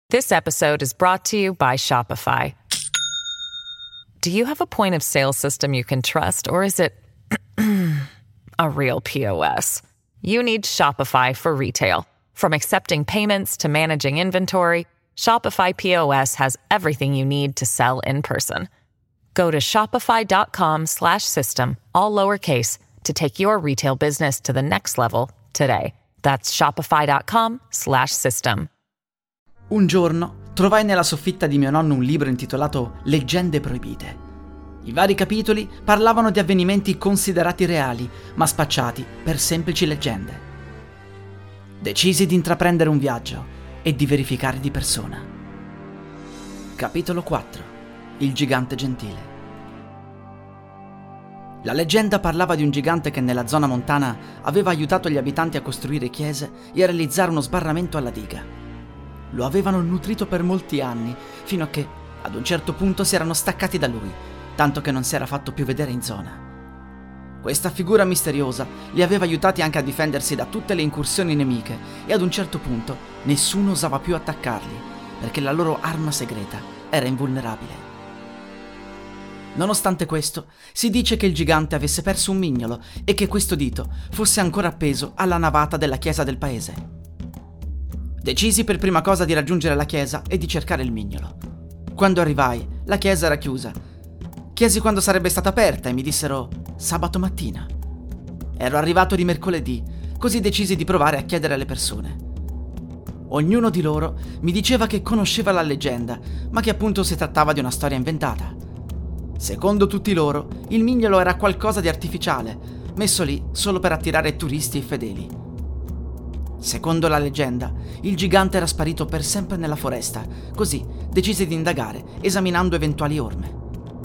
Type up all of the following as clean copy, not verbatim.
This episode is brought to you by Shopify. Do you have a point of sale system you can trust, or is it a real POS? You need Shopify for retail. From accepting payments to managing inventory, Shopify POS has everything you need to sell in person. Go to shopify.com/system, all lowercase, to take your retail business to the next level today. That's shopify.com/system. Un giorno trovai nella soffitta di mio nonno un libro intitolato Leggende proibite. I vari capitoli parlavano di avvenimenti considerati reali, ma spacciati per semplici leggende. Decisi di intraprendere un viaggio e di verificare di persona. Capitolo 4. Il gigante gentile. La leggenda parlava di un gigante che nella zona montana aveva aiutato gli abitanti a costruire chiese e a realizzare uno sbarramento alla diga. Lo avevano nutrito per molti anni, fino a che, ad un certo punto, si erano staccati da lui, tanto che non si era fatto più vedere in zona. Questa figura misteriosa li aveva aiutati anche a difendersi da tutte le incursioni nemiche e ad un certo punto nessuno osava più attaccarli, perché la loro arma segreta era invulnerabile. Nonostante questo, si dice che il gigante avesse perso un mignolo e che questo dito fosse ancora appeso alla navata della chiesa del paese. Decisi per prima cosa di raggiungere la chiesa e di cercare il mignolo. Quando arrivai, la chiesa era chiusa. Chiesi quando sarebbe stata aperta e mi dissero sabato mattina. Ero arrivato di mercoledì, così decisi di provare a chiedere alle persone. Ognuno di loro mi diceva che conosceva la leggenda, ma che appunto si trattava di una storia inventata. Secondo tutti loro, il mignolo era qualcosa di artificiale, messo lì solo per attirare turisti e fedeli. Secondo la leggenda, il gigante era sparito per sempre nella foresta, così decisi di indagare, esaminando eventuali orme.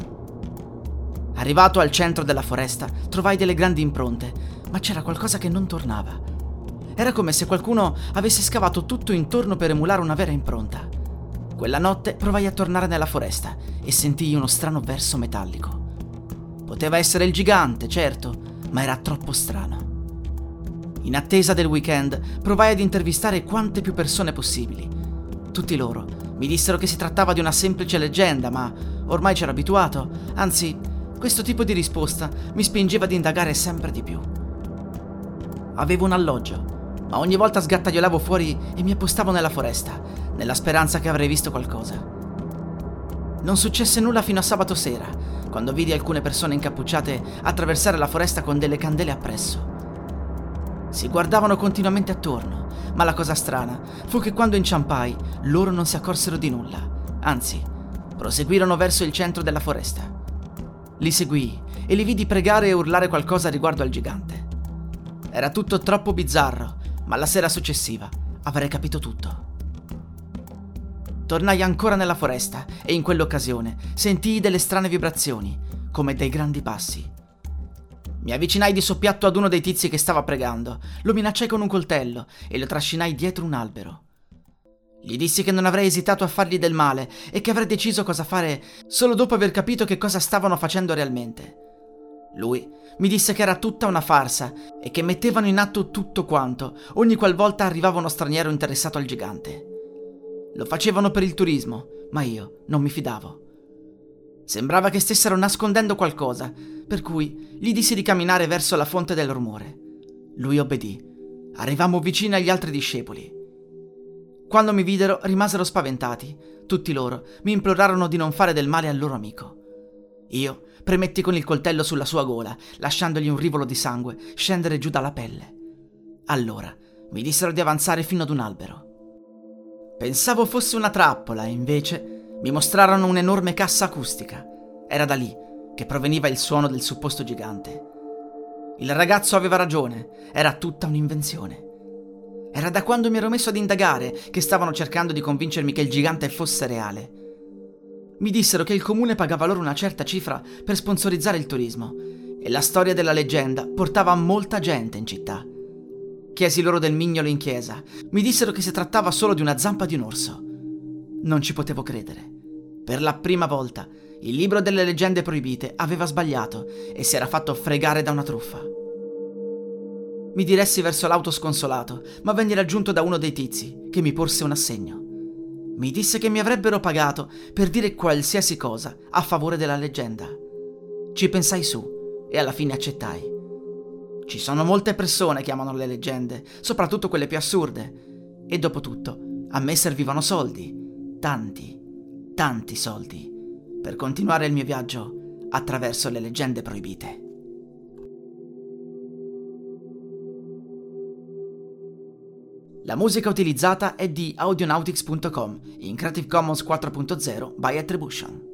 Arrivato al centro della foresta, trovai delle grandi impronte, ma c'era qualcosa che non tornava. Era come se qualcuno avesse scavato tutto intorno per emulare una vera impronta. Quella notte provai a tornare nella foresta e sentii uno strano verso metallico. Poteva essere il gigante, certo, ma era troppo strano. In attesa del weekend, provai ad intervistare quante più persone possibili. Tutti loro mi dissero che si trattava di una semplice leggenda, ma ormai c'ero abituato. Anzi, questo tipo di risposta mi spingeva ad indagare sempre di più. Avevo un alloggio, ma ogni volta sgattaiolavo fuori e mi appostavo nella foresta, nella speranza che avrei visto qualcosa. Non successe nulla fino a sabato sera, quando vidi alcune persone incappucciate attraversare la foresta con delle candele appresso. Si guardavano continuamente attorno, ma la cosa strana fu che quando inciampai loro non si accorsero di nulla, anzi, proseguirono verso il centro della foresta. Li seguii e li vidi pregare e urlare qualcosa riguardo al gigante. Era tutto troppo bizzarro, ma la sera successiva avrei capito tutto. Tornai ancora nella foresta e in quell'occasione sentii delle strane vibrazioni, come dei grandi passi. Mi avvicinai di soppiatto ad uno dei tizi che stava pregando, lo minacciai con un coltello e lo trascinai dietro un albero. Gli dissi che non avrei esitato a fargli del male e che avrei deciso cosa fare solo dopo aver capito che cosa stavano facendo realmente. Lui mi disse che era tutta una farsa e che mettevano in atto tutto quanto ogni qualvolta arrivava uno straniero interessato al gigante. Lo facevano per il turismo, ma io non mi fidavo. Sembrava che stessero nascondendo qualcosa, per cui gli dissi di camminare verso la fonte del rumore. Lui obbedì. Arrivammo vicini agli altri discepoli. Quando mi videro rimasero spaventati. Tutti loro mi implorarono di non fare del male al loro amico. Io premetti con il coltello sulla sua gola, lasciandogli un rivolo di sangue scendere giù dalla pelle. Allora mi dissero di avanzare fino ad un albero. Pensavo fosse una trappola e invece mi mostrarono un'enorme cassa acustica. Era da lì che proveniva il suono del supposto gigante. Il ragazzo aveva ragione, era tutta un'invenzione. Era da quando mi ero messo ad indagare che stavano cercando di convincermi che il gigante fosse reale. Mi dissero che il comune pagava loro una certa cifra per sponsorizzare il turismo e la storia della leggenda portava molta gente in città. Chiesi loro del mignolo in chiesa. Mi dissero che si trattava solo di una zampa di un orso. Non ci potevo credere. Per la prima volta, il libro delle leggende proibite aveva sbagliato e si era fatto fregare da una truffa. Mi diressi verso l'auto sconsolato, ma venni raggiunto da uno dei tizi, che mi porse un assegno. Mi disse che mi avrebbero pagato per dire qualsiasi cosa a favore della leggenda. Ci pensai su e alla fine accettai. Ci sono molte persone che amano le leggende, soprattutto quelle più assurde. E dopo tutto, a me servivano soldi. Tanti soldi. Per continuare il mio viaggio attraverso le leggende proibite. La musica utilizzata è di audionautics.com in Creative Commons 4.0 by Attribution.